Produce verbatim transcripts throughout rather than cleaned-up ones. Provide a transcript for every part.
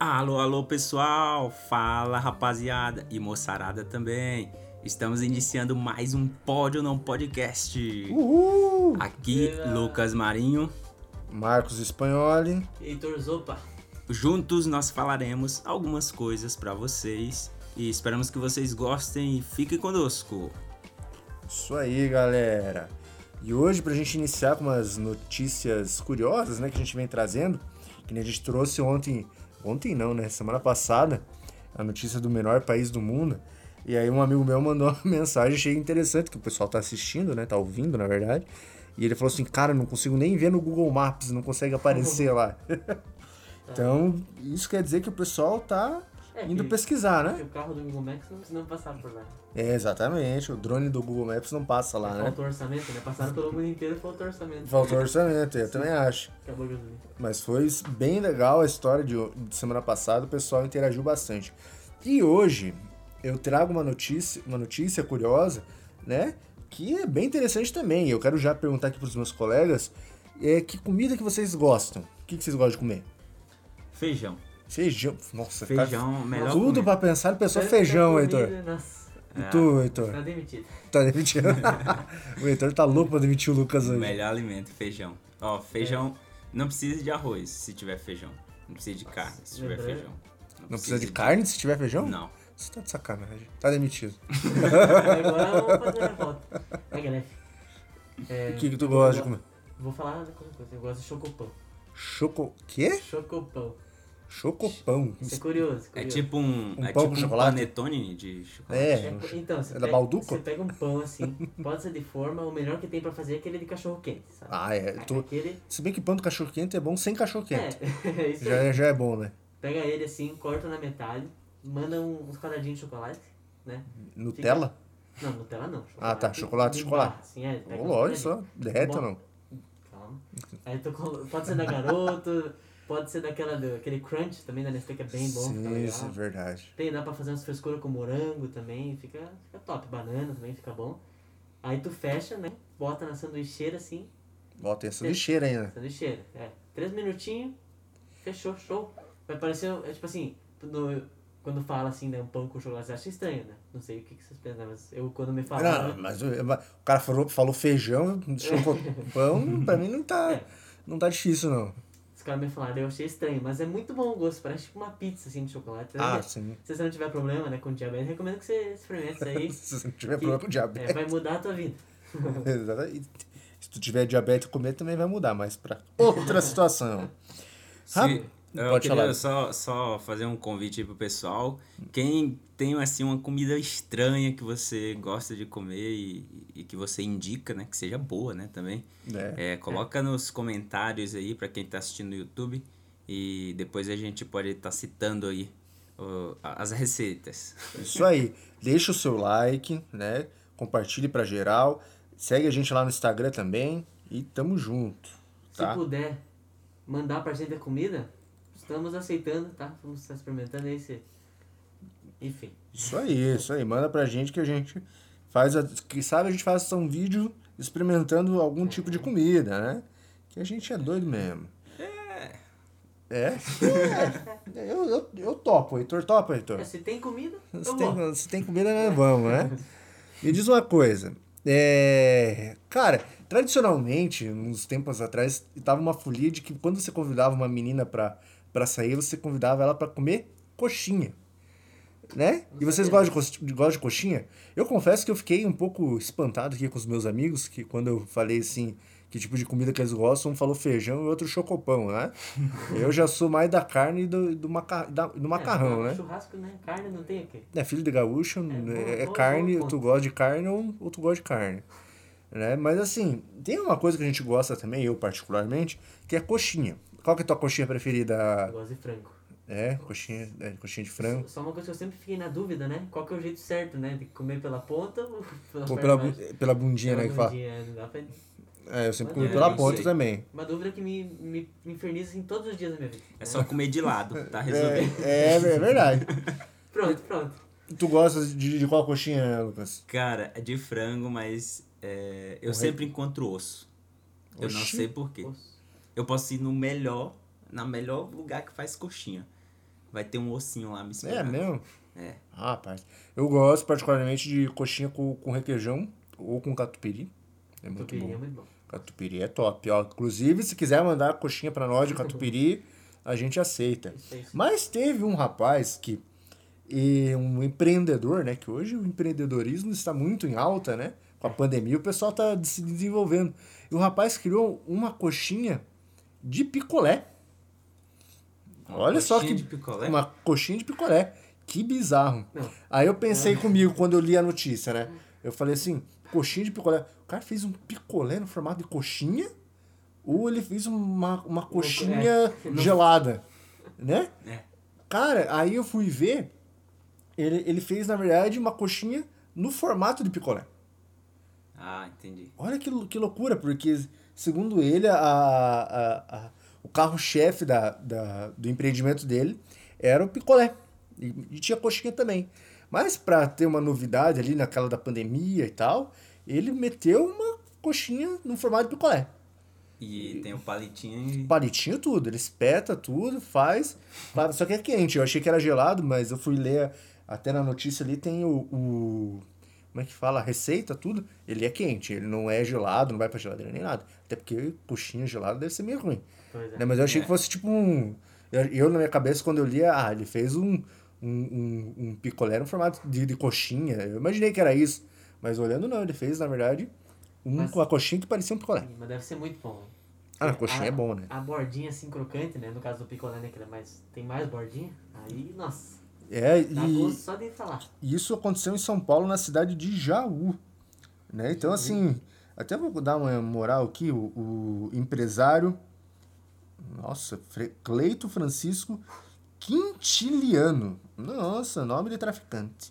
Alô, alô pessoal, fala rapaziada e moçarada também. Estamos iniciando mais um Pode ou Não Podcast. Uhul! Aqui, Lucas Marinho, Marcos Espanholi, Heitor Zopa. Juntos nós falaremos algumas coisas pra vocês e esperamos que vocês gostem e fiquem conosco. Isso aí, galera. E hoje, pra gente iniciar com umas notícias curiosas, né, que a gente vem trazendo, que nem a gente trouxe ontem, ontem não, né, semana passada, a notícia do menor país do mundo. E aí um amigo meu mandou uma mensagem, achei interessante, que o pessoal tá assistindo, né, tá ouvindo, na verdade. E ele falou assim, cara, não consigo nem ver no Google Maps, não consegue aparecer lá. Então, isso quer dizer que o pessoal tá É, indo que- pesquisar, né? que o carro do Google Maps não precisa passar por lá. É, exatamente, o drone do Google Maps não passa lá, né? Faltou orçamento, né? Passaram pelo mundo inteiro e faltou orçamento. Faltou orçamento, eu também acho. Acabou a gasolina. Mas foi bem legal a história de, de semana passada, o pessoal interagiu bastante. E hoje eu trago uma notícia, uma notícia curiosa, né? Que é bem interessante também. Eu quero já perguntar aqui pros meus colegas, é, que comida que vocês gostam? O que, que vocês gostam de comer? Feijão. Feijão. Nossa, Feijão, cara, melhor tudo comida. pra pensar, pensou Tanta feijão, comida, Heitor. Nossa, E tu, Heitor? tá demitido. Tá demitindo? O Heitor tá louco pra demitir o Lucas O hoje. melhor alimento, feijão. Ó, feijão não precisa de arroz se tiver feijão. Não precisa de carne se tiver lembrando. feijão. Não precisa de carne se tiver feijão? Não. Você tá de sacanagem. Tá demitido. Agora eu vou fazer a volta. Vai, galera. É, O que que tu gosta de comer? Vou falar de qualquer coisa. Eu gosto de chocopão. Choco... Quê? Chocopão. Chocopão. Isso é curioso. É curioso. tipo um, Um é pão tipo com um chocolate? panetone de chocolate. É. É, então, você É da pega, Balduco? você pega um pão assim, pode ser de forma, o melhor que tem pra fazer é aquele de cachorro quente, sabe? Ah, é. Tu... Aquele... Se bem que pão do cachorro quente é bom sem cachorro quente. É, é isso Já, aí. é- já é bom, né? Pega ele assim, corta na metade, manda um- uns quadradinhos de chocolate, né? Nutella? Não, Nutella não. Ah, tá, chocolate, em chocolate. barra, assim, é, pega Ô, uns lógico, só. quadradinhos. Derrete ou Bom, não? Calma. Aí tu colo- pode ser da Garoto, pode ser daquela, do, aquele crunch também da Nestlé que é bem bom, fica Sim, legal. isso é verdade. Tem, dá pra fazer umas frescuras com morango também, fica, fica top. Banana também fica bom. Aí tu fecha, né? Bota na sanduicheira assim, Ó, tem essa lixeira ainda. sanduicheira, é. Três minutinhos, fechou, show. Vai parecer, é tipo assim, no, quando fala assim, né, um pão com chocolate, você acha estranho, né? Não sei o que, que vocês pensam, mas eu quando me Não, falaram... mas o, o cara falou, falou feijão, chocopão, pra mim não tá, É. não tá difícil, não. Os caras me falaram, eu achei estranho, mas é muito bom o gosto, parece tipo uma pizza assim de chocolate. Ah, né? sim. Se você não tiver problema, né, com diabetes, recomendo que você experimente isso aí. Se você não tiver que, problema com é, diabetes. vai mudar a tua vida. Exatamente. Se tu tiver diabetes comer, também vai mudar, mas pra outra situação. Se- Rap- eu Pode queria falar. só, só fazer um convite aí pro pessoal. Quem tem assim uma comida estranha que você gosta de comer e, e que você indica, né? Que seja boa, né? Também. É. É, coloca nos comentários aí pra quem tá assistindo no YouTube. E depois a gente pode estar citando aí ó, as receitas. Isso aí. Deixa o seu like, né? Compartilhe pra geral. Segue a gente lá no Instagram também. E tamo junto. Se Tá? puder mandar pra gente a comida, estamos aceitando, tá? Vamos estar experimentando aí. Se... Enfim. Isso aí, isso aí. Manda pra gente que a gente faz. A... Que sabe a gente faça um vídeo experimentando algum tipo de comida, né? Que a gente é doido mesmo. É? É. Eu, eu, eu topo, Heitor. Topa, Heitor. É, se tem comida, eu Se vou. tem, se tem comida, nós vamos, né? Me diz uma coisa. É... Cara, tradicionalmente, uns tempos atrás, tava uma folia de que quando você convidava uma menina pra, pra sair, você convidava ela pra comer coxinha. Né? E vocês gostam de, co- gostam de coxinha? Eu confesso que eu fiquei um pouco espantado aqui com os meus amigos, que quando eu falei assim, que tipo de comida que eles gostam, um falou feijão e outro chocopão, né? Eu já sou mais da carne e do, do, maca, da- do macarrão, é, né? Churrasco, né? Carne não tem o quê? É filho de gaúcho, boa, é, é boa, carne, boa tu ponto. gosta de carne ou, ou tu gosta de carne. Né? Mas assim, tem uma coisa que a gente gosta também, eu particularmente, que é coxinha. Qual que é a tua coxinha preferida? Eu gosto de frango. É, coxinha, é, coxinha de frango. Só uma coisa que eu sempre fiquei na dúvida, né? Qual que é o jeito certo, né? De comer pela ponta ou pela Ou parte pela, de baixo? bu- pela bundinha, né, que fala. bundinha, não dá pra... É, eu sempre Mas comi é, pela eu ponta sei. também. Uma dúvida que me, me, me inferniza assim, todos os dias da minha vida. É só comer de lado, tá resolvido. É, é, é verdade. Pronto, pronto. Tu gosta de, de qual coxinha, Lucas? Cara, é de frango, mas é, eu O sempre encontro osso. Eu não Oxi. sei por quê. Eu posso ir no melhor, na melhor lugar que faz coxinha. vai ter um ossinho lá me É esperando. mesmo? É. Ah, rapaz. Eu gosto particularmente de coxinha com, com requeijão ou com catupiry. É muito Catupiry é bom. muito bom. Catupiry é top. Ó, inclusive, se quiser mandar coxinha pra nós de catupiry, a gente aceita. Isso, isso. Mas teve um rapaz que... E um empreendedor, né? Que hoje o empreendedorismo está muito em alta, né? Com a pandemia, o pessoal tá se desenvolvendo. E o rapaz criou uma coxinha de picolé. Uma Olha só que... coxinha de picolé? Uma coxinha de picolé. Que bizarro. Não. Aí eu pensei comigo quando eu li a notícia, né? Eu falei assim, coxinha de picolé. O cara fez um picolé no formato de coxinha? Ou ele fez uma, uma coxinha gelada? Né? É. Cara, aí eu fui ver... Ele, ele fez, na verdade, uma coxinha no formato de picolé. Ah, entendi. Olha que, lou- que loucura, porque, segundo ele, a, a, a- o carro-chefe da, da, do empreendimento dele era o picolé. E, e tinha coxinha também. Mas, pra ter uma novidade ali naquela da pandemia e tal, ele meteu uma coxinha no formato de picolé. E tem o palitinho e... Palitinho tudo, ele espeta tudo, faz, faz- só que é quente. Eu achei que era gelado, mas eu fui ler, até na notícia ali tem o, o- como é que fala, a receita, tudo, ele é quente, ele não é gelado, não vai pra geladeira nem nada. Até porque coxinha gelada deve ser meio ruim. Pois é. Né? Mas eu achei É. que fosse tipo um... Eu, eu, na minha cabeça, quando eu li, ah, ele fez um, um, um, um picolé no formato de, de coxinha. Eu imaginei que era isso, mas olhando não, ele fez, na verdade, um Mas- com a coxinha que parecia um picolé. Mas deve ser muito bom. Ah, a coxinha A- é bom, né? A bordinha assim crocante, né? No caso do picolé, né? Que ele é mais, tem mais bordinha. Aí, nossa. É, Dá e... gosto só de falar. E isso aconteceu em São Paulo, na cidade de Jaú. Né? Então, assim, até vou dar uma moral aqui, o, o empresário, nossa, Fre- Cleito Francisco Quintiliano. Nossa, nome de traficante.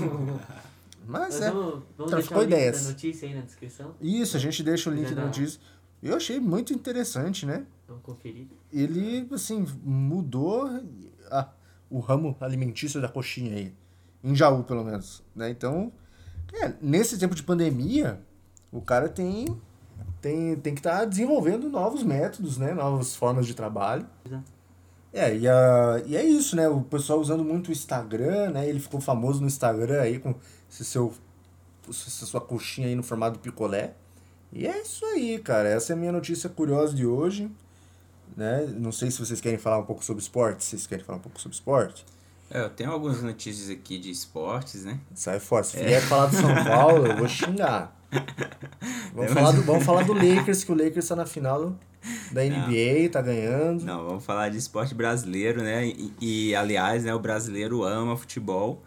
Mas Mas é, vamos, vamos traficou deixar o link ideias. da notícia aí na descrição. Isso, a gente deixa o link Já da dá. notícia. Eu achei muito interessante, né? Vamos conferir. Ele, assim, mudou a- o ramo alimentício da coxinha aí. Em Jaú, pelo menos. Né? Então, é, nesse tempo de pandemia, o cara tem, tem, tem que estar desenvolvendo novos métodos, né? Novas formas de trabalho. Exato. É, e, a, e é isso, né? O pessoal usando muito o Instagram, né? Ele ficou famoso no Instagram aí com esse seu, essa sua coxinha aí no formato de picolé. E é isso aí, cara. Essa é a minha notícia curiosa de hoje. Né? Não sei se vocês querem falar um pouco sobre esporte. Vocês querem falar um pouco sobre esporte? É, eu tenho algumas notícias aqui de esportes, né? Sai fora. Se vier falar do São Paulo, eu vou xingar. Vamos, falar do, vamos falar do Lakers, que o Lakers tá na final da N B A, tá ganhando. Não, vamos falar de esporte brasileiro, né? E, e, aliás, né, o brasileiro ama futebol.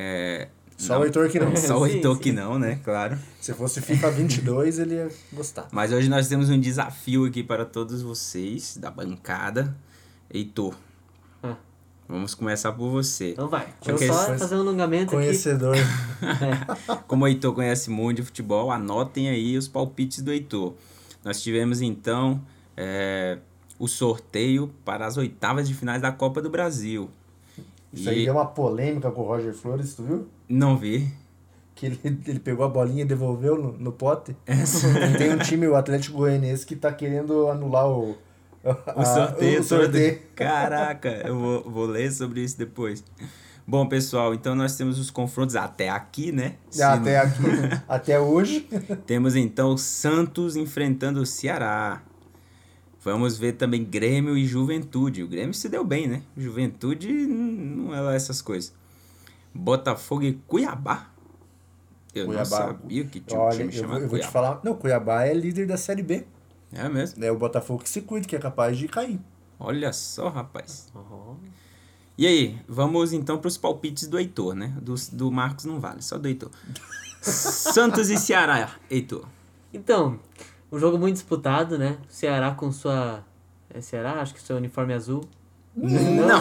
É, Só não- o Heitor que não. Só o Sim, Heitor sim. que não, né? Claro. Se fosse FIFA vinte e dois, ele ia gostar. Mas hoje nós temos um desafio aqui para todos vocês da bancada. Heitor, Ah, vamos começar por você. então vai. Deixa eu Ok, só conhece- fazer um alongamento aqui. Conhecedor. Como o Heitor conhece muito de futebol, anotem aí os palpites do Heitor. Nós tivemos então é, o sorteio para as oitavas de finais da Copa do Brasil. Isso aí E deu uma polêmica com o Roger Flores, tu viu? não vi. Que ele, ele pegou a bolinha e devolveu no, no pote. Tem um time, o Atlético Goianiense, que tá querendo anular o, O a- sorteio, o sorteio. todo. Caraca, eu vou, vou ler sobre isso depois. Bom, pessoal, então nós temos os confrontos até aqui, né? Se Até não- aqui, até hoje. Temos então o Santos enfrentando o Ceará. Vamos ver também Grêmio e Juventude. O Grêmio se deu bem, né? Juventude não é lá essas coisas. Botafogo e Cuiabá. Eu Cuiabá. não sabia que tinha um Olha, time eu, chamado vou- eu vou te Cuiabá. falar. Não, Cuiabá é líder da Série B. É mesmo? É o Botafogo que se cuida, que é capaz de cair. Olha só, rapaz. Oh. E aí, vamos então para os palpites do Heitor, né? Do, do Marcos não vale, só do Heitor. Santos e Ceará, Heitor. Então, um jogo muito disputado, né? O Ceará com sua... É Ceará? Acho que seu uniforme azul. Não.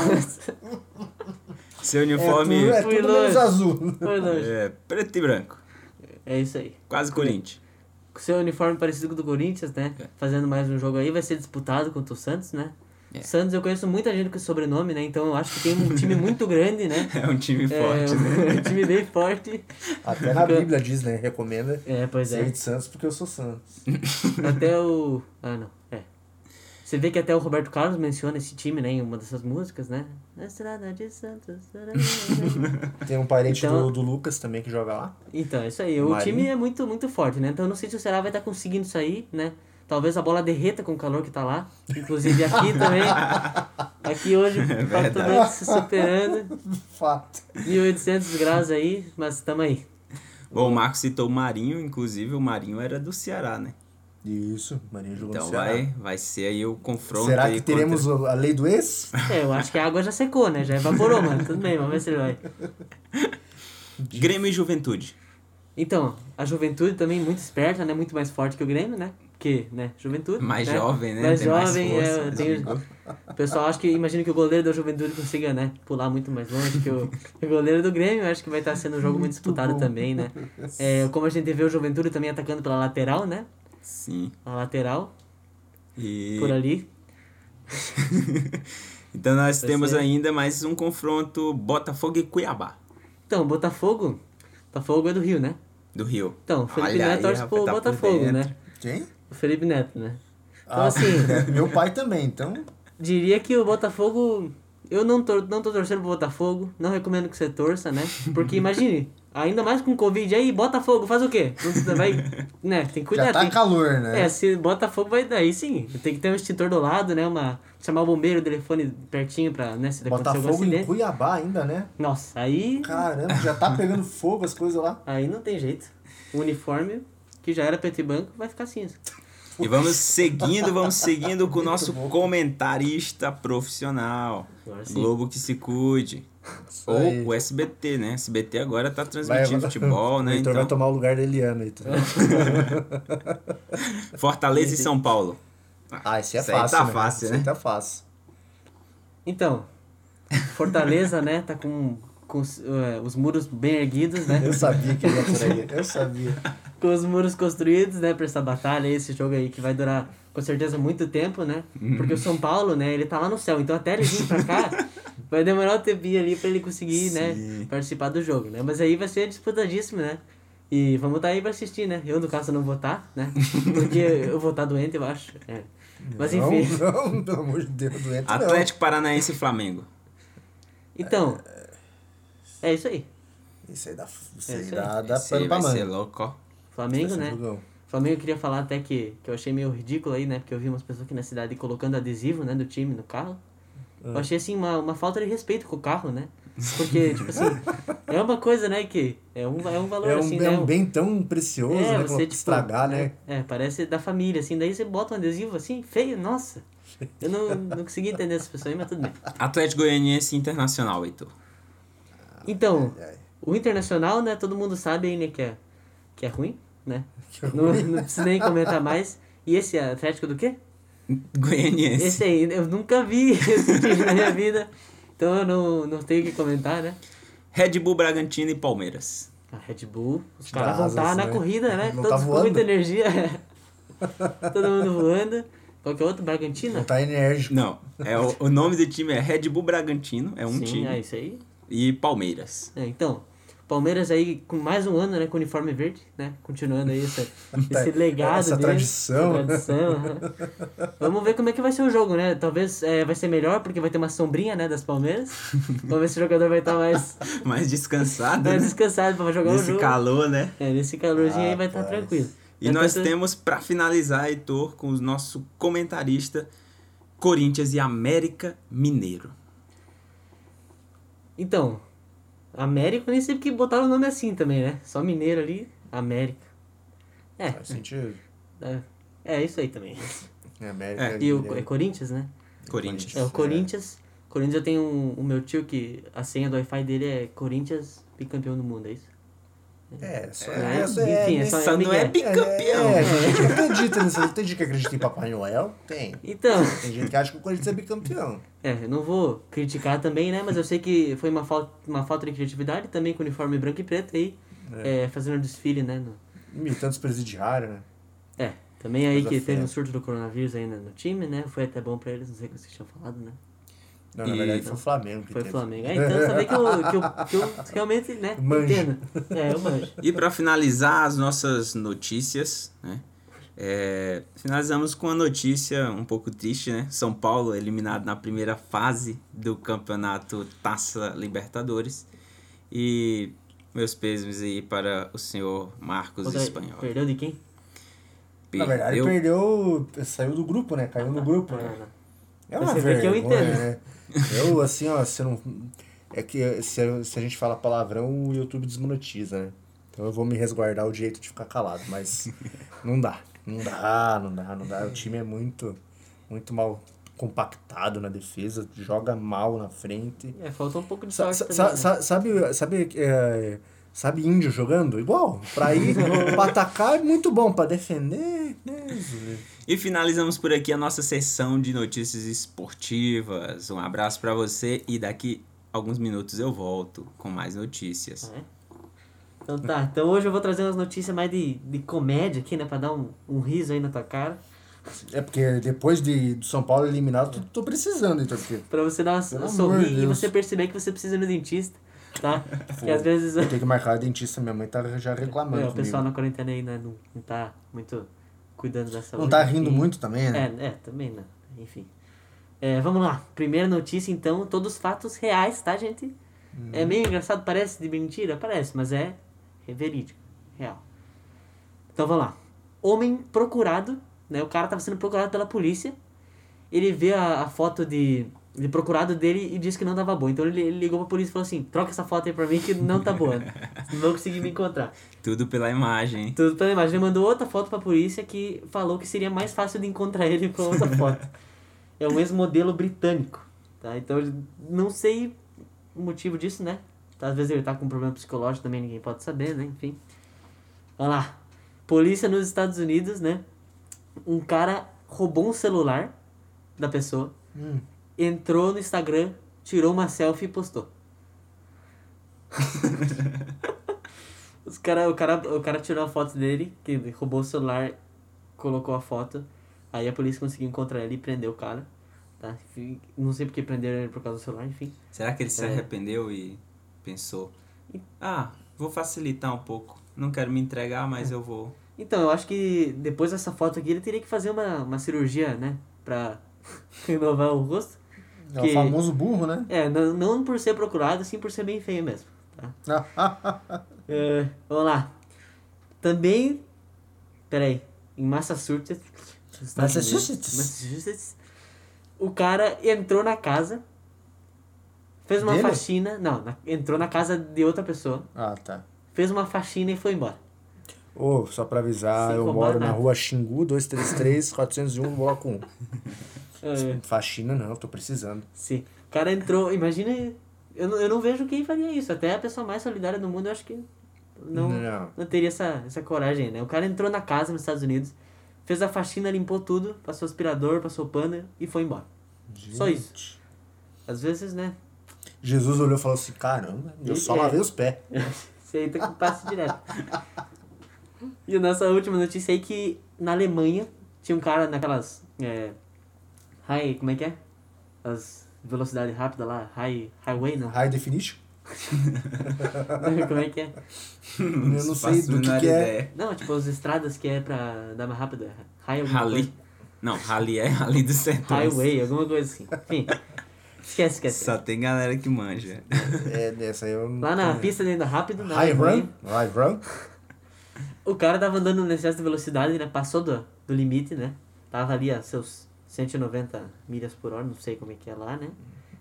Seu uniforme É tudo, é Fui tudo longe. menos azul. Foi longe. é preto e branco. É isso aí. Quase Corinthians. Com seu uniforme parecido com o do Corinthians, né? É. Fazendo mais um jogo aí, vai ser disputado contra o Santos, né? É. Santos, eu conheço muita gente com esse sobrenome, né? Então eu acho que tem um time muito grande, né? É um time É, forte, né? um time bem forte. Até na Bíblia diz, né? Recomenda É, pois ser é. de Santos porque eu sou Santos. Até o... Ah, não. É. Você vê que até o Roberto Carlos menciona esse time, né, em uma dessas músicas, né? Estrada de Santos. Tem um parente Então- do, do Lucas também que joga lá. Então, é isso aí. O Marinho. time é muito, muito forte, né? Então, eu não sei se o Ceará vai estar conseguindo isso aí, né? Talvez a bola derreta com o calor que tá lá. Inclusive aqui também. Aqui hoje, praticamente se superando. Fato. mil e oitocentos graus aí, mas tamo aí. Bom, o Marcos citou o Marinho, inclusive o Marinho era do Ceará, né? Isso, Marinho jogou Então no Ceará. vai, vai ser aí o confronto Será aí que teremos contra... a lei do ex? É, eu acho que a água já secou, né? Já evaporou, mano. Tudo bem, vamos ver se ele vai. Grêmio e Juventude. Então, a Juventude também muito esperta, né? Muito mais forte que o Grêmio, né? Porque, né? Juventude. Mais né? jovem, né? Mais Tem mais jovem, força, é, mais tem- vigor. o pessoal acha que, imagina que o goleiro da Juventude consiga, né? Pular muito mais longe que o, que o goleiro do Grêmio. Eu acho que vai estar sendo um jogo muito disputado bom. também, né? É, como a gente vê o Juventude também atacando pela lateral, né? Sim. A lateral, E... por ali. então nós Vai temos ser- ainda mais um confronto Botafogo e Cuiabá, Então, Botafogo. Botafogo é do Rio, né? do Rio. Então, o Felipe Olha Neto aí, torce rapaz, pro tá por Botafogo, dentro. né? Quem? O Felipe Neto, né? Então, Ah, assim, meu pai também, então. diria que o Botafogo... Eu não tô, não tô torcendo pro Botafogo, não recomendo que você torça, né? Porque imagine, ainda mais com Covid aí, Botafogo faz o quê? Não vai, né? Tem que cuidar. Já tá tem, calor, né? É, se Botafogo vai daí sim. Tem que ter um extintor do lado, né? Uma, chamar o bombeiro, o telefone pertinho pra, né? Se acontecer algum Botafogo em acidente. Cuiabá ainda, né? Nossa, aí... Caramba, já tá pegando fogo as coisas lá. Aí não tem jeito. O uniforme, que já era preto e branco, vai ficar cinza. E vamos seguindo, vamos seguindo com o nosso bom. comentarista profissional. Agora sim. Globo que se cuide. Isso aí. Ou o S B T, né? S B T agora tá transmitindo futebol, O né? Heitor vai Então, tomar o lugar da Eliana aí. Tá? Fortaleza e São Paulo. Ah, esse é Isso aí fácil, tá né? fácil, Esse né? aí tá fácil. Então, Fortaleza, né? Tá com, com os, eh, os muros bem erguidos, né? Eu sabia que ele ia por aí. Eu sabia. Com os muros construídos, né, pra essa batalha, esse jogo aí que vai durar com certeza muito tempo, né? Porque o São Paulo, né, ele tá lá no céu, então até ele vir pra cá, vai demorar um tempinho ali pra ele conseguir, né, Sim. participar do jogo, né? Mas aí vai ser disputadíssimo, né? E vamos estar aí pra assistir, né? Eu, no caso, não vou estar, né? Porque eu vou estar doente, eu acho. É. Mas Não, enfim. não, pelo amor de Deus, doente não. Atlético Paranaense e Flamengo. Então, é isso aí. Isso aí dá, isso É aí isso dá, aí. dá Esse aí pano pra vai ser manga. louco, ó. Flamengo, Vai ser né? um jogão. Flamengo eu queria falar até que, que eu achei meio ridículo aí, né? Porque eu vi umas pessoas aqui na cidade colocando adesivo, né, do time no carro. Eu achei, assim, uma, uma falta de respeito com o carro, né? Porque, tipo assim, é uma coisa, né, que é um, é um valor, É um, assim, é né? um bem tão precioso, É, né? você, Como tipo, estragar, né? É, parece da família, assim. Daí você bota um adesivo, assim, feio, nossa. Eu não, não consegui entender essas pessoas aí, mas tudo bem. Atlético Goianiense e Internacional, Heitor. Então, Ai, ai. o Internacional, né, todo mundo sabe aí, né, que é, que é ruim, né? Que é Não, não preciso nem comentar mais. E esse é Atlético do quê? Goianiense. Esse aí, eu nunca vi esse time na minha vida. Então eu não, não tenho o que comentar, né? Red Bull, Bragantino e Palmeiras. A Red Bull, os Te caras dá vão estar asas, na né? corrida, né? Não Todos tá com voando? muita energia. Todo mundo voando. Qualquer outro, Bragantino? Não tá enérgico. Não, é o, o nome do time é Red Bull Bragantino, é um Sim, time. é isso aí. E Palmeiras. É, então, Palmeiras aí com mais um ano, né, com uniforme verde, né? Continuando aí essa, esse legado Essa deles, tradição. essa tradição, né? Vamos ver como é que vai ser o jogo, né? Talvez é, vai ser melhor porque vai ter uma sombrinha, né, das Palmeiras. Vamos ver se o jogador vai estar mais, Mais descansado, mais né? descansado para jogar o Nesse jogo. calor, né? É, nesse calorzinho aí vai estar Rapaz. tranquilo. E É nós tanto- temos, pra finalizar, Heitor, com o nosso comentarista, Corinthians e América Mineiro. Então, América, eu nem sei porque botaram o nome assim também, né? Só mineiro ali, América. É, Faz sentido. é, é isso aí também. É, América. É. E o Mineiro. é Corinthians, né? Corinthians. É, o Corinthians. Corinthians eu tenho um, o meu tio que a senha do Wi-Fi dele é Corinthians bicampeão do mundo, é isso? É, só É, é, enfim, é só- Só não é Miguel. bicampeão. É, tem gente que acredita nisso. Tem gente que acredita em Papai Noel? Tem. Então, Tem gente que acha que o Corinthians é bicampeão. é, eu não vou criticar também, né? Mas eu sei que foi uma falta, uma falta de criatividade também com o uniforme branco e preto aí, é, fazendo desfile, né? No, Militantes presidiários, né? é, também aí Coisa que feia. teve um surto do coronavírus aí no, no time, né? Foi até bom pra eles, não sei o que vocês tinham falado, né? Não, na E- verdade foi o Flamengo que Foi teve. Flamengo. É, então saber que eu, que, eu, que eu realmente, né, Manjo. entendo. É, eu manjo. E para finalizar as nossas notícias, né? É, finalizamos com uma notícia um pouco triste, né? São Paulo eliminado na primeira fase do campeonato Taça Libertadores. E meus pêsames aí para o senhor Marcos Outra- Espanhol. Perdeu de quem? Na verdade, perdeu, saiu do grupo, né? Caiu no grupo. Não, né? não. É uma Você vê que eu vergonha, entendo. né? Eu, assim, ó, você não... É que se, se a gente fala palavrão, o YouTube desmonetiza, né? Então eu vou me resguardar o direito de ficar calado, mas não dá. Não dá, não dá, não dá. O time é muito, muito mal compactado na defesa, joga mal na frente. É, faltou um pouco de Sa- sorte sa- também, né? sa- sabe, sabe, é, sabe índio jogando? Igual. Pra ir, pra atacar é muito bom, pra defender, né? E finalizamos por aqui a nossa sessão de notícias esportivas. Um abraço para você e daqui alguns minutos eu volto com mais notícias. Ah, é? Então tá, então hoje eu vou trazer umas notícias mais de, de comédia aqui, né? Pra dar um, um riso aí na tua cara. É porque depois de, do São Paulo eliminado, tô, tô precisando, então. Porque Pra você dar uma Pelo um amor sorrir de e Deus. você perceber que você precisa ir no dentista, tá? Porque às vezes eu tenho que marcar a dentista, minha mãe tá já reclamando é, o comigo. pessoal na quarentena aí, né, não, não tá muito cuidando da saúde. Não tá rindo E- muito também, né? É, é, também não. Enfim. É, vamos lá. Primeira notícia, então. Todos os fatos reais, tá, gente? É Uhum. meio engraçado, parece de mentira? Parece, mas é verídico. Real. Então, vamos lá. Homem procurado, né? O cara tava sendo procurado pela polícia. Ele vê a, a foto de, de procurado dele e disse que não tava boa. Então, ele, ele ligou pra polícia e falou assim, troca essa foto aí pra mim que não tá boa. Não vou conseguir me encontrar. Tudo pela imagem, hein? Tudo pela imagem. Ele mandou outra foto pra polícia que falou que seria mais fácil de encontrar ele com outra foto. É um ex-modelo britânico, tá? Então, eu não sei o motivo disso, né? Às vezes ele tá com um problema psicológico também, ninguém pode saber, né? Enfim. Olha lá. Polícia nos Estados Unidos, né? Um cara roubou um celular da pessoa, Hum. entrou no Instagram, tirou uma selfie e postou. Os cara, o, cara, o cara tirou a foto dele, que ele roubou o celular, colocou a foto. Aí a polícia conseguiu encontrar ele e prendeu o cara. Tá? Enfim, não sei porque prenderam ele por causa do celular, enfim. Será que ele se É. arrependeu e pensou: ah, vou facilitar um pouco. Não quero me entregar, mas eu vou. Então, eu acho que depois dessa foto aqui, ele teria que fazer uma, uma cirurgia, né? Pra renovar o rosto. É Que- o famoso burro, né? É, não, não por ser procurado, sim por ser bem feio mesmo. Tá? É, vamos lá. Também, peraí, em Massachusetts, nos Estados Unidos, Massachusetts? Massachusetts, o cara entrou na casa, fez uma Dele? faxina, não, na- entrou na casa de outra pessoa, Ah, tá. fez uma faxina e foi embora. Ô, só pra avisar, Sem eu roubar moro na nada. rua Xingu, dois três três, quatrocentos e um, bloco um. É, Faxina não, tô precisando. sim. O cara entrou, imagina, eu não, eu não vejo quem faria isso, até a pessoa mais solidária do mundo, eu acho que não, Não. não teria essa, essa coragem, né? O cara entrou na casa nos Estados Unidos, fez a faxina, limpou tudo, passou aspirador, passou pano e foi embora. Só isso. Gente. Às vezes, né? Jesus olhou e falou assim, caramba, eu só É. lavei os pés. Você aí tá que passa direto. E a nossa última notícia aí que na Alemanha tinha um cara naquelas. É, high. Como é que é? As velocidade rápida lá, high, highway, não. High definition? Como é que é? Eu não sei faço a do que, menor que é. ideia. Não, tipo, as estradas que é pra dar mais rápido. High alguma Rally. coisa. Não, rally é rally do sertões. Highway, alguma coisa assim. Enfim. Esquece, esquece. Só tem galera que manja. É, dessa aí eu não Lá na tenho. pista de andar rápido, na High Alemanha, run? High run? o cara tava andando no excesso de velocidade, né? Passou do, do limite, né? Tava ali a seus cento e noventa milhas por hora, não sei como é que é lá, né?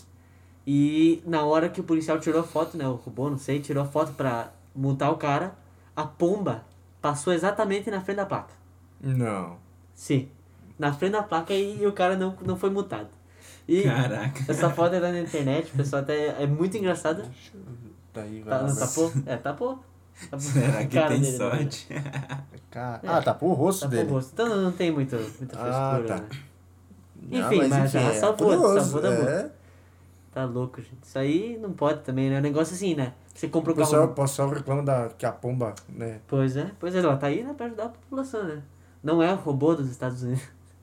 E na hora que o policial tirou a foto, né? O robô, não sei, tirou a foto pra multar o cara, a pomba passou exatamente na frente da placa. Não. Sim. Na frente da placa e o cara não, não foi multado. E Caraca. essa foto é na internet, o pessoal até é muito engraçada. Tá aí, Tá, vai não lá. tapou? É, tapou. Tapou Será a que cara tem dele, né? sorte? Ca- É. Ah, tapou o rosto Tapou o dele. rosto. Então não tem muito, muita Ah, frescura, tá. né? Não, Enfim, mas já é salvou, curioso, salvou da multa. é. Tá louco, gente. Isso aí não pode também, né? É um negócio assim, né? Você compra O o carro... pessoal, o pessoal reclama da, que a pomba, né? Pois é, pois é, ela tá aí, né, pra ajudar a população, né? Não é o robô dos Estados Unidos.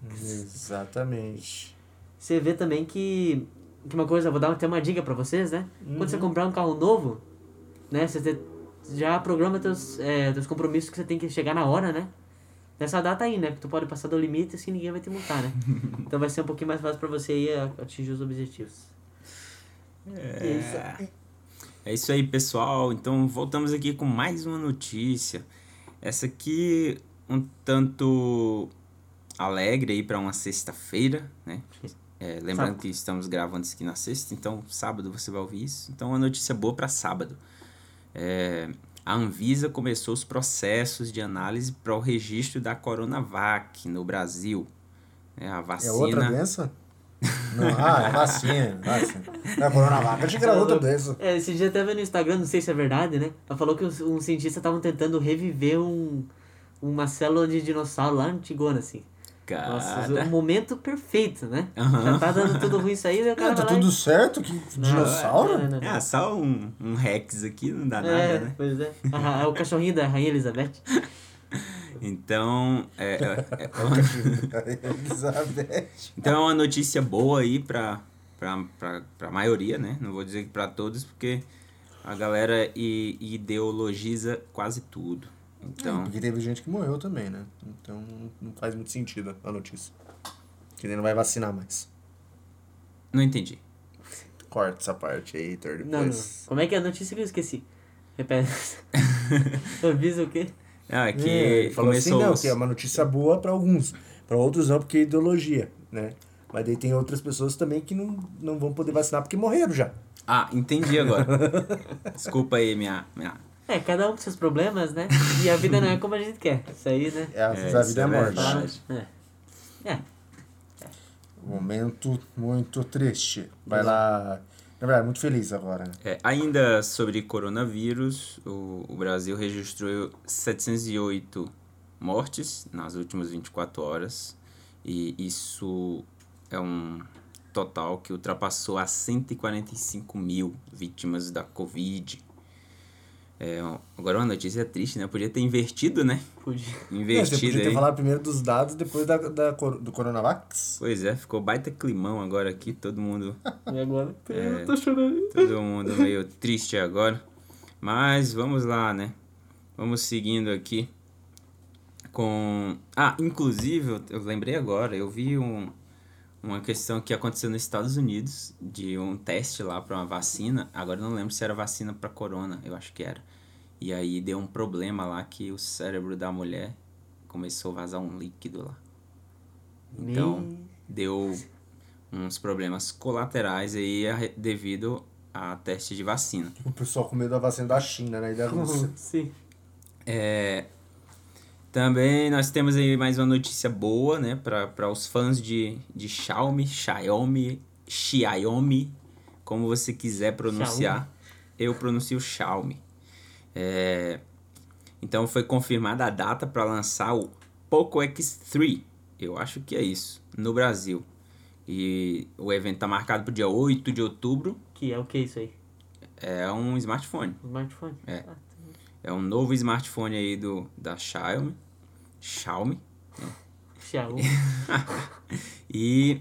Exatamente. Você vê também que, que uma coisa, vou dar até uma dica pra vocês, né? Quando você comprar um carro novo, né? Você te- já programa teus, é, teus compromissos que você tem que chegar na hora, né? nessa data aí, né? Porque tu pode passar do limite assim ninguém vai te multar, né? Então vai ser um pouquinho mais fácil pra você aí atingir os objetivos. É... E é isso aí. É isso aí, pessoal. Então, voltamos aqui com mais uma notícia. Essa aqui, um tanto alegre aí para uma sexta-feira, né? É, lembrando sábado. Que estamos gravando isso aqui na sexta, então sábado você vai ouvir isso. Então, uma notícia boa para sábado. É, a Anvisa começou os processos de análise para o registro da Coronavac no Brasil. É, a vacina... É outra doença? Não, ah, é vacina, vacina. Não é Coronavac, eu achei que era outra doença. É, esse dia até no Instagram, não sei se é verdade, né? Ela falou que um, um cientista estavam tentando reviver um, uma célula de dinossauro lá antigona, assim. Cara... Nossa, um momento perfeito, né? Uhum. Já tá dando tudo ruim isso aí, daí o cara Ah, tá vai lá tudo e... certo? Que Não, dinossauro? não, não, não. É, só um, um Rex aqui, não dá É, nada, né? pois é. Ah, é o cachorrinho da Rainha Elizabeth. Então, é, é, é Elizabeth. então é uma notícia boa aí pra, pra, pra, pra maioria, né? Não vou dizer que pra todos, porque a galera i- ideologiza quase tudo. Então, É, porque teve gente que morreu também, né? Então não faz muito sentido a notícia. Que ele não vai vacinar mais. não entendi. Corta essa parte aí, Heitor, Não, não, não. depois. Como é que é a notícia que eu esqueci? Repete. Avisa o quê? Ah, é que É, ele falou assim, começou... não, os- que é uma notícia boa pra alguns. Pra outros não, porque é ideologia, né? Mas daí tem outras pessoas também que não, não vão poder vacinar porque morreram já. Ah, entendi agora. Desculpa aí, minha... minha... É, cada um com seus problemas, né? E a vida não é como a gente quer. Isso aí, né? É, às vezes É, a isso vida é é a morte. verdade. É. É. Momento muito triste. Vai lá. Na verdade, muito feliz agora, né? É, ainda sobre coronavírus, o, o Brasil registrou setecentos e oito mortes nas últimas vinte e quatro horas. E isso é um total que ultrapassou as cento e quarenta e cinco mil vítimas da Covid. É, agora uma notícia triste, né? Eu podia ter invertido, né? Podia. É, você Invertido podia ter aí. falado primeiro dos dados, depois da, da, cor- do Coronavax. Pois é, ficou baita climão agora aqui, todo mundo... E agora? É. Eu tô chorando. Todo mundo meio triste agora. Mas vamos lá, né? Vamos seguindo aqui com... Ah, inclusive, eu, eu lembrei agora, eu vi um, uma questão que aconteceu nos Estados Unidos, de um teste lá para uma vacina. Agora eu não lembro se era vacina para corona, eu acho que era. E aí deu um problema lá que o cérebro da mulher começou a vazar um líquido lá. Então, Me- deu uns problemas colaterais aí a- devido a teste de vacina. O pessoal com medo da vacina da China, né? E da Rússia. Sim. É, também nós temos aí mais uma notícia boa, né, para os fãs de, de Xiaomi, Xiaomi, Xiaomi, como você quiser pronunciar. Eu pronuncio Xiaomi. É, então foi confirmada a data para lançar o Poco X três, eu acho que é isso, no Brasil. E o evento está marcado para o dia oito de outubro. Que é o que isso aí? É um smartphone. Smartphone? É. Ah, É um novo smartphone aí do, da Xiaomi. Xiaomi. Xiaomi. E,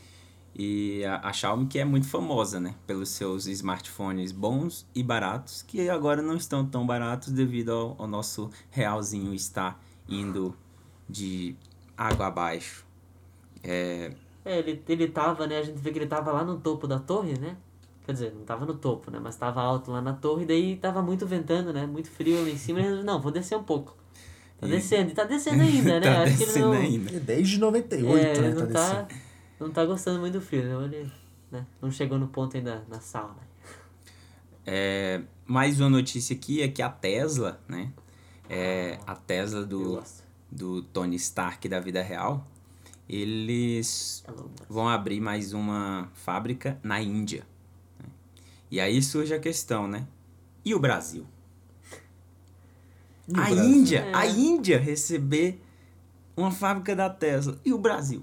e a, a Xiaomi que é muito famosa, né? Pelos seus smartphones bons e baratos, que agora não estão tão baratos devido ao, ao nosso realzinho estar indo de água abaixo. É, É, ele, ele tava, né? A gente vê que ele tava lá no topo da torre, né? Quer dizer, não tava no topo, né? Mas tava alto lá na torre, daí tava muito ventando, né? Muito frio lá em cima. E ele resolveu, não, vou descer um pouco. Tá E- descendo, e tá descendo ainda, né? tá Acho que ele descendo não, ainda. E desde noventa e oito, é, né? ele não Tá tá, descendo. não tá gostando muito do frio, né? Ele, né? Não chegou no ponto ainda na sauna. É, mais uma notícia aqui é que a Tesla, né? É, a Tesla Eu do, gosto. do Tony Stark da vida real, eles Elon Musk. vão abrir mais uma fábrica na Índia. né? E aí surge a questão, né? E o Brasil? E o a Brasil? Índia, É. a Índia receber uma fábrica da Tesla. E o Brasil?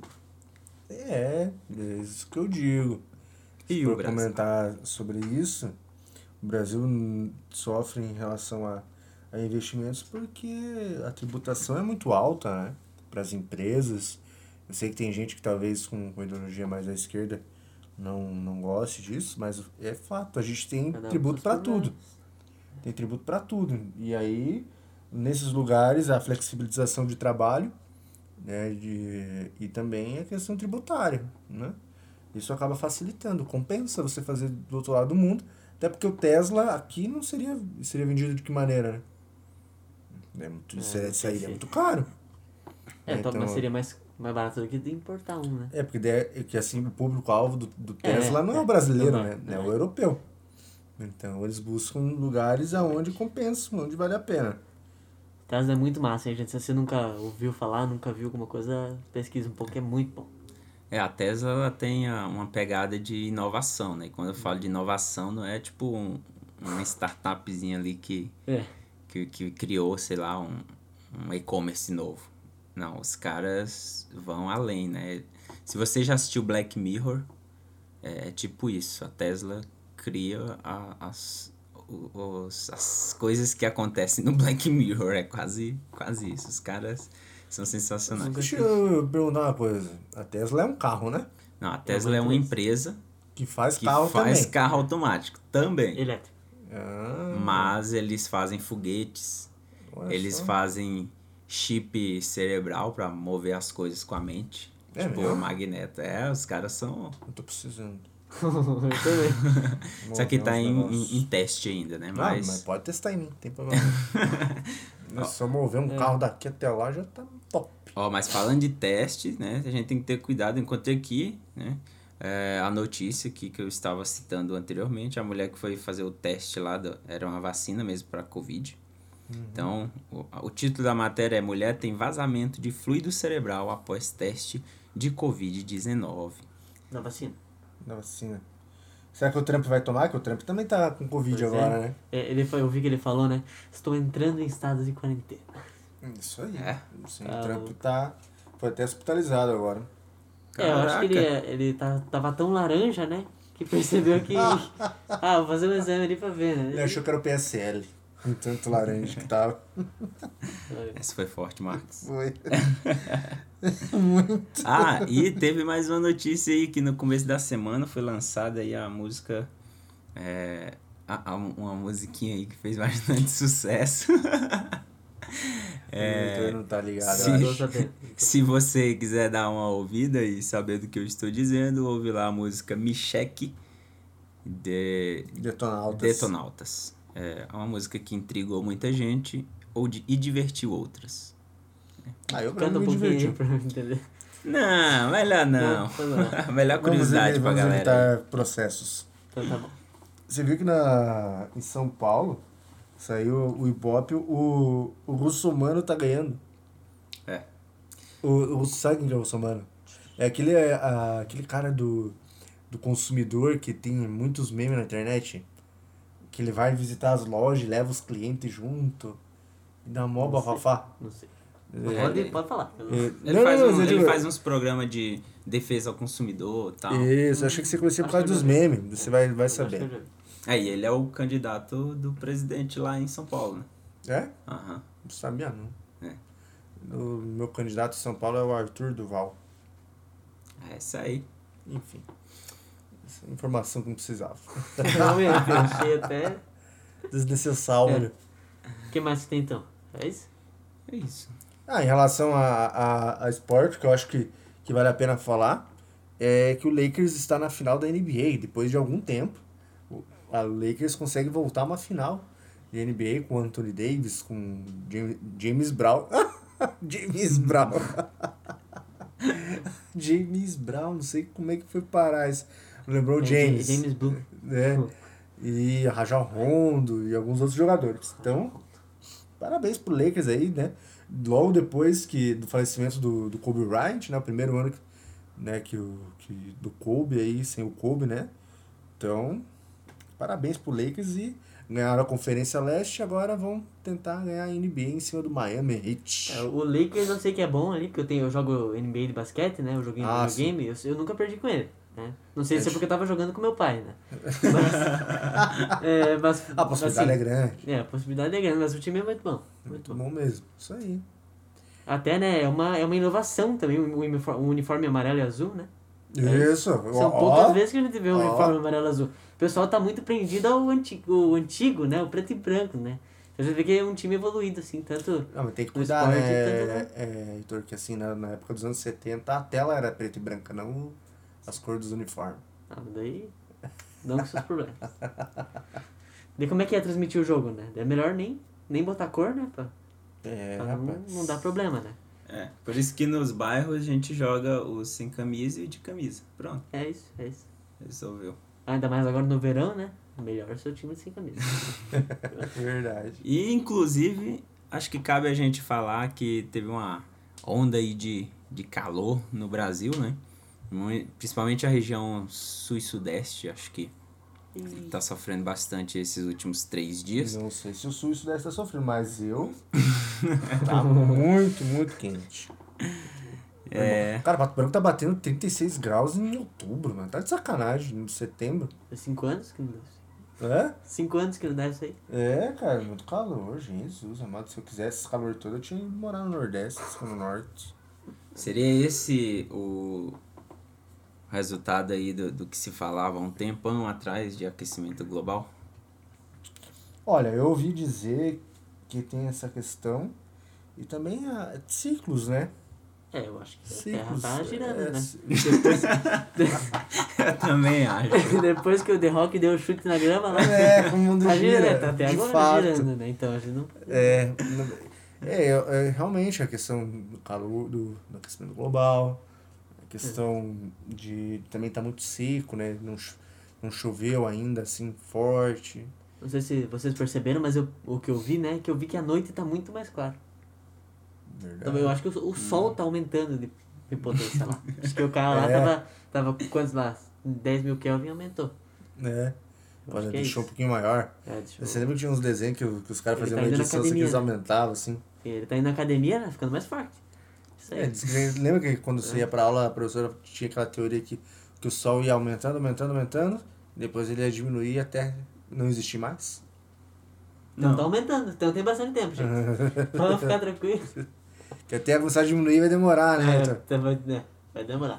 É, é isso que eu digo. E Se o for Brasil? comentar sobre isso, o Brasil hum, sofre em relação a, a investimentos porque a tributação é muito alta, né? Para as empresas. Eu sei que tem gente que talvez com, com ideologia mais à esquerda não, não goste disso, mas é fato, a gente tem Cada um com tributo seus para problemas. tudo. Tem tributo para tudo. E aí nesses lugares, a flexibilização de trabalho, né, de, e também a questão tributária, né? Isso acaba facilitando, compensa você fazer do outro lado do mundo, até porque o Tesla aqui não seria, seria vendido de que maneira, né? É muito, É, seria, não sei sairia se- muito caro. É, É, então, então- mas seria mais, mais barato do que de importar um, né? É, porque daí é que assim, o público-alvo do, do Tesla É, não é o é, brasileiro, não né? é, É é. o europeu. Então, eles buscam lugares aonde compensam, onde vale a pena. Tesla é muito massa, hein, gente? Se você nunca ouviu falar, nunca viu alguma coisa, pesquisa um pouco, que é muito bom. É, a Tesla ela tem a- uma pegada de inovação, né? E quando eu falo de inovação, não é tipo um, uma startupzinha ali que, É. que, que criou, sei lá, um, um e-commerce novo. Não, os caras vão além, né? Se você já assistiu Black Mirror, é tipo isso. A Tesla cria a- as, o- os, as coisas que acontecem no Black Mirror. É quase, quase isso. Os caras são sensacionais. Deixa eu perguntar uma coisa. A Tesla é um carro, né? Não, a Tesla é uma empresa Que faz que carro faz também. carro automático também. Elétrico. Ah, Mas eles fazem foguetes, olha eles só. fazem chip cerebral pra mover as coisas com a mente. É tipo, mesmo? magneto. É, os caras são. Eu tô precisando. Eu também. Isso aqui Mover tá uns em, negócios. em, em teste ainda, né? Ah, Mas. mas pode testar em mim, não tem problema. não. É só mover um carro daqui até lá já tá top. Ó, mas falando de teste, né? A gente tem que ter cuidado. Eu encontrei aqui, né? é, a notícia aqui que eu estava citando anteriormente. A mulher que foi fazer o teste lá, do, era uma vacina mesmo para Covid. Então, o, o título da matéria é: Mulher tem vazamento de fluido cerebral após teste de Covid dezenove. Na vacina. Da vacina. Será que o Trump vai tomar? Que o Trump também tá com Covid Pois agora, é. né? É, ele foi, eu vi que ele falou, né? Estou entrando em estado de quarentena. Isso aí. É? Sim, Tá o Trump louco. tá... Foi até hospitalizado agora. É, eu acho que ele, Caraca. ele tá, tava tão laranja, né? Que percebeu que... ah, vou fazer um exame ali pra ver, né? Ele achou que era o P S L. Um tanto laranja que tava. Essa foi forte, Marcos. Foi. Muito. Ah, e teve mais uma notícia aí que no começo da semana foi lançada aí a música, é, a, a- uma musiquinha aí que fez bastante sucesso. O Heitor não tá ligado. Sim. eu Eu acho. tô sabendo. Se você quiser dar uma ouvida e saber do que eu estou dizendo, ouve lá a música Me Cheque de Detonautas. Detonautas. É uma música que intrigou muita gente ou de, e divertiu outras. Ah, eu pra Canta mim um me pouquinho diverti. pra eu entender. Não, melhor não. Não, faz não. Melhor curiosidade vamos, pra vamos galera. evitar processos. Então tá bom. Você viu que na, em São Paulo saiu o Ibope, o, o Russomano tá ganhando. É. O, o, sabe quem que é o Russomano? É aquele, a, aquele cara do, do consumidor que tem muitos memes na internet. Que ele vai visitar as lojas, leva os clientes junto. E dá mó Não sei. bafafá. Não sei. É, Pode, ele- pode falar. Eu não- É, Ele, não, faz, não, um- mas eu ele digo- faz uns programas de defesa ao consumidor e tal. Isso, eu achei que você conhecia por Acho causa que eu dos já vi. memes. Você vai, vai Acho que eu saber. já vi. Aí ele é o candidato do presidente lá em São Paulo, né? É? Aham. Não sabia, não. É. O meu candidato em São Paulo é o Arthur Duval. É isso aí. Enfim. Essa informação que não precisava. Realmente, eu achei até... Desnecessário. O que mais que tem então? É isso? É isso. Ah, em relação a, a, a esporte, que eu acho que, que vale a pena falar, é que o Lakers está na final da N B A. Depois de algum tempo, o a Lakers consegue voltar a uma final de N B A com Anthony Davis, com James, James Brown. James Brown. James Brown, não sei como é que foi parar isso. Lembrou o É, James. James Blue. Né? E Rajal Rondo e alguns outros jogadores. Então, parabéns pro Lakers aí, né? Logo depois que, do falecimento do, do Kobe Bryant, né? O primeiro ano que, né, que o, que, do Kobe aí, sem o Kobe, né? Então, parabéns pro Lakers e ganharam a Conferência Leste, agora vão tentar ganhar a N B A em cima do Miami Heat. É, o Lakers eu sei que é bom ali, porque eu, tenho, eu jogo N B A de basquete, né? Eu joguei no Ah, videogame, eu, eu nunca perdi com ele. Né? Não sei É se é porque eu tava jogando com meu pai, né? Mas, é, mas, A possibilidade assim, é grande. É, a possibilidade é grande, mas o time é muito bom. Muito Muito bom. bom mesmo. Isso aí. Até, né, é uma, é uma inovação também, o uniforme, o uniforme amarelo e azul, né? Isso. São Ó, poucas vezes que a gente vê um Ó. uniforme amarelo e azul. O pessoal tá muito prendido ao antigo, o antigo, né? O preto e branco, né? Você vê que é um time evoluído, assim, tanto... Não, mas tem que no cuidar, esporte, né, tanto, é, Heitor, que assim, na, na época dos anos setenta, a tela era preta e branca, não as cores dos uniformes. Ah, mas daí não com seus problemas. Daí como é que é transmitir o jogo, né? É melhor nem, nem botar cor, né? Pra, É, pra não, rapaz. não dá problema, né? É, por isso que nos bairros a gente joga os sem camisa e de camisa. Pronto, É isso, é isso. resolveu. Ainda mais agora no verão, né? Melhor seu time sem camisa. Verdade. E, inclusive, acho que cabe a gente falar que teve uma onda aí de, de calor no Brasil, né? Mui- Principalmente a região sul e sudeste, acho que E tá sofrendo bastante esses últimos três dias. Não sei se o sul e o sudeste tá sofrendo, mas eu... tá muito, muito quente. É, Cara, Pato Branco tá batendo trinta e seis graus em outubro, mano. Tá de sacanagem, em setembro. é cinco anos que não dá isso. É? Cinco anos que não dá isso aí. É, cara, muito calor, Jesus amado. Se eu quisesse esse calor todo, eu tinha ido morar no Nordeste, no Norte. seria esse o resultado aí do, do que se falava há um tempão atrás de aquecimento global? Olha, eu ouvi dizer que tem essa questão e também a ciclos, né? É, eu acho que a Ciclos. Terra tá girando, é, né? c- Eu também acho. Depois que o The Rock deu o chute na grama lá, É, como o mundo tá gira, girando, tá até de agora fato. girando, né? Então a gente não... É, no- é, é, é, realmente a questão do calor, do, do aquecimento global, a questão de também tá muito seco, né? Não, cho- não choveu ainda assim forte. Não sei se vocês perceberam, mas eu, o que eu vi, né? Que eu vi que a noite tá muito mais clara. Verdade. Então eu acho que o, o sol tá aumentando de, de potência lá. Acho que o cara lá É. tava, tava quantos lá? dez mil Kelvin aumentou. É, Eu pode acho que é deixou um isso. pouquinho maior. É, deixa eu- Você lembra que tinha uns desenhos que, o- que os caras Ele faziam tá uma indo na edição assim que academia, eles né? aumentavam, assim? Ele tá indo na academia, né? Ficando mais forte. Isso aí. É, diz que- lembra que quando você ia pra aula, a professora tinha aquela teoria que, que o sol ia aumentando, aumentando, aumentando, depois ele ia diminuir até não existir mais? Então Não. tá aumentando, então tem bastante tempo, gente. Vamos ficar tranquilo. Que até começar a diminuir vai demorar, né? É, Então, tá- vai, é, vai demorar.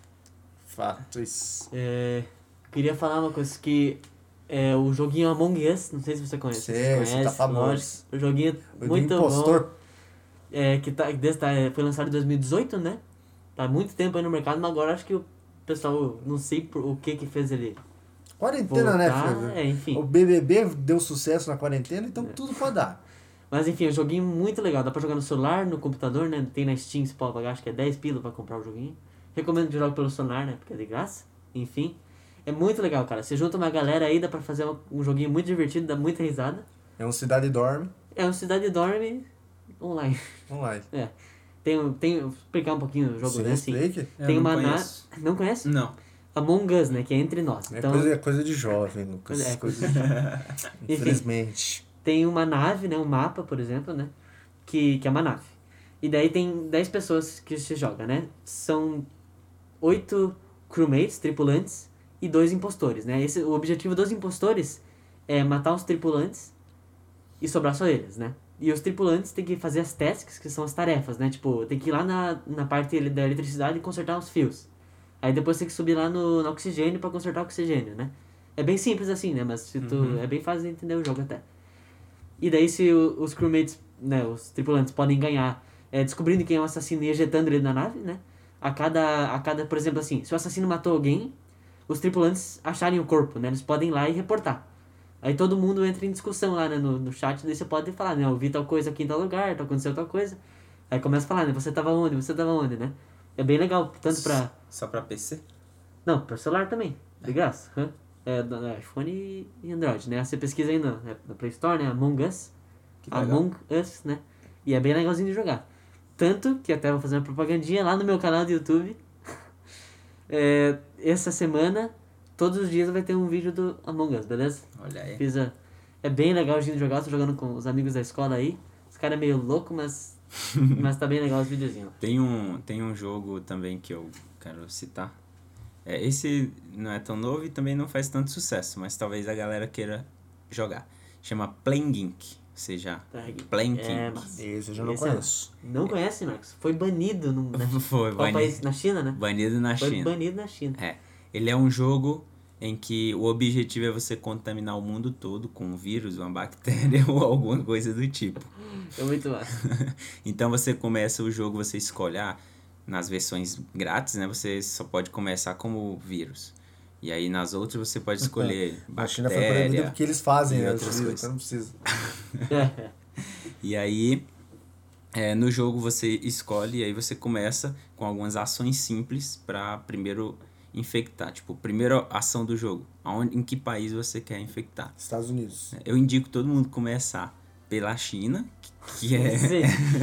fatos. É, queria falar uma coisa que é o joguinho Among Us, não sei se você conhece. Sei, você esse conhece, tá famoso. lógico. O joguinho O muito do impostor. bom. É, que tá, desse, tá, é, foi lançado em dois mil e dezoito, né? Tá há muito tempo aí no mercado, mas agora acho que o pessoal, não sei por, o que que fez ele Quarentena, né, voltar. filho? É, enfim. O B B B deu sucesso na quarentena, então tudo pode dar. Mas enfim, é um joguinho muito legal. Dá pra jogar no celular, no computador, né? Tem na Steam, você pode pagar, acho que é dez pila pra comprar o joguinho. Recomendo que jogue pelo celular, né? Porque é de graça. Enfim. É muito legal, cara. Você junta uma galera aí, dá pra fazer um, um joguinho muito divertido, dá muita risada. É um Cidade Dorme É uma cidade dorme online. online. É. Tem, um- tem, vou explicar um pouquinho o jogo, Sim, né? Assim, explique. Eu tem não uma nave. conheço. Não conhece? Não. Among Us, né? Que é entre nós. É, Então, coisa, é coisa de jovem, Lucas. É, coisa de... Infelizmente. tem uma nave, né? Um mapa, por exemplo, né? Que, que é uma nave. E daí tem dez pessoas que se joga, né? São oito crewmates, tripulantes, e dois impostores, né? Esse, o objetivo dos impostores é matar os tripulantes e sobrar só eles, né? E os tripulantes têm que fazer as tasks, que são as tarefas, né? Tipo, tem que ir lá na, na parte da eletricidade e consertar os fios. Aí depois tem que subir lá no, no oxigênio pra consertar o oxigênio, né? É bem simples assim, né? Mas se tu, Uhum. é bem fácil de entender o jogo até. E daí se o- os crewmates, né, os tripulantes podem ganhar é, descobrindo quem é o assassino e ejetando ele na nave, né? A cada, a cada, por exemplo assim, se o assassino matou alguém, os tripulantes acharem o corpo, né? Eles podem ir lá e reportar. Aí todo mundo entra em discussão lá, né, no, no chat, daí você pode falar, né? Eu vi tal coisa aqui em tal lugar, tá acontecendo tal coisa. Aí começa a falar, né? Você tava onde? Você tava onde, né? É bem legal, tanto pra... Só pra P C? Não, para celular também, de graça. hã? É, do do iPhone e- e Android, né? Você pesquisa aí na, na Play Store, né? Among Us. Que legal. Among Us, né? E é bem legalzinho de jogar. Tanto que até vou fazer uma propagandinha lá no meu canal do YouTube. É, essa semana, todos os dias vai ter um vídeo do Among Us, beleza? Olha aí. Fiz a... É bem legal de jogar, tô jogando com os amigos da escola aí. Os caras é meio louco, mas, mas tá bem legal os videozinhos. Tem um, tem um jogo também que eu quero citar. É, esse não é tão novo e também não faz tanto sucesso, mas talvez a galera queira jogar. Chama Plague. Ou seja, Plague. É, mas... Esse eu já não Esse é- conheço. Não conhece, Marcos? Foi banido no, na, Foi qual banido, país? Na China, né? banido na Foi China. banido na China. É. Ele é um jogo em que o objetivo é você contaminar o mundo todo com um vírus, uma bactéria ou alguma coisa do tipo. É muito massa. Então você começa o jogo, você escolhe, ah, nas versões grátis, né, você só pode começar como vírus. E aí nas outras você pode escolher A China foi proibida bactéria porque eles fazem, e né? outras Então coisas. não precisa. E aí, é, no jogo você escolhe e aí você começa com algumas ações simples para primeiro infectar. Tipo, primeira ação do jogo, aonde, em que país você quer infectar. Estados Unidos. Eu indico todo mundo começar pela China, que é, Sim.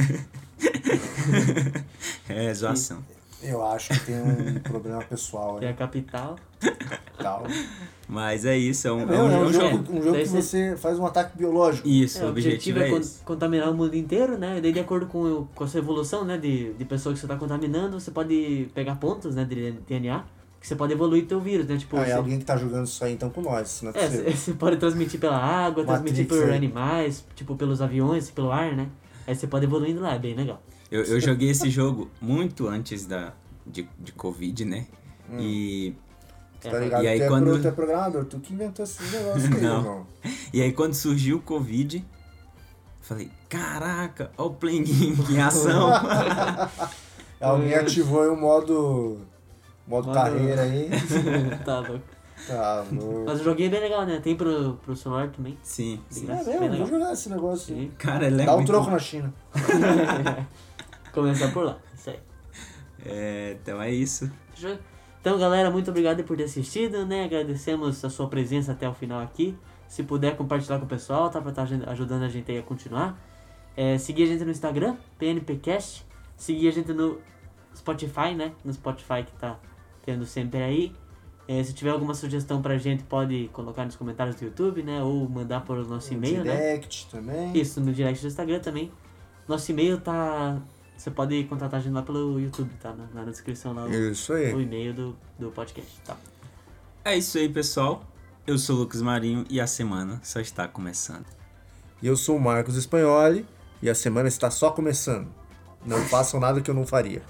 é zoação. Eu acho que tem um problema pessoal É a aí. capital. Tal. Mas é isso, é um, É, é um, é é um um jogo, jogo. um jogo Daí que você- você faz um ataque biológico. Isso, É, o objetivo é con- esse. contaminar o mundo inteiro, né? E daí, de acordo com, o- com a sua evolução, né? De, de pessoa que você tá contaminando, você pode pegar pontos, né? De D N A, que você pode evoluir teu vírus, né? Tipo, Ah, é você, alguém que tá jogando isso aí então com nós. Não é é, possível. você você pode transmitir pela água, transmitir Matrix por aí. animais, tipo, pelos aviões, pelo ar, né? Aí você pode evoluindo lá, é bem legal. Eu, eu joguei esse jogo muito antes da, de, de Covid, né? E, Tá ligado? E aí tu, é quando- pro, tu é programador, tu que inventou esse negócio aí, Não. irmão. e aí quando surgiu o Covid, eu falei, caraca, olha o Playing Game em ação. Alguém ativou aí o modo. Modo Modo- carreira aí. Tá louco. Tá louco. Mas o joguinho é bem legal, né? Tem pro, pro celular também. Sim, sim. Bem É bem mesmo, legal. vou jogar esse negócio. aí. Sim. Cara, ele é Dá um muito... troco na China. Começar por lá, isso aí. É, então é isso. Fechou? Então, galera, muito obrigado por ter assistido, né? Agradecemos a sua presença até o final aqui. Se puder compartilhar com o pessoal, tá? Pra estar ajudando a gente aí a continuar. É, seguir a gente no Instagram, P N P Cast. Seguir a gente no Spotify, né? No Spotify que tá tendo sempre aí. É, se tiver alguma sugestão pra gente, pode colocar nos comentários do YouTube, né? Ou mandar por nosso e-mail, né? Direct também. Isso, no direct do Instagram também. Nosso e-mail tá... Você pode contatar a gente lá pelo YouTube, tá? Na, na descrição lá o, Isso aí. o e-mail do, do podcast, tá? É isso aí, pessoal. Eu sou o Lucas Marinho e a semana só está começando. E eu sou o Marcos Espanholi e a semana está só começando. Não façam nada que eu não faria.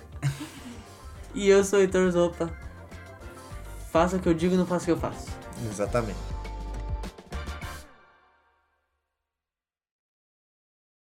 E eu sou o Heitor Zopa. Faça o que eu digo, não faça o que eu faço. Exatamente.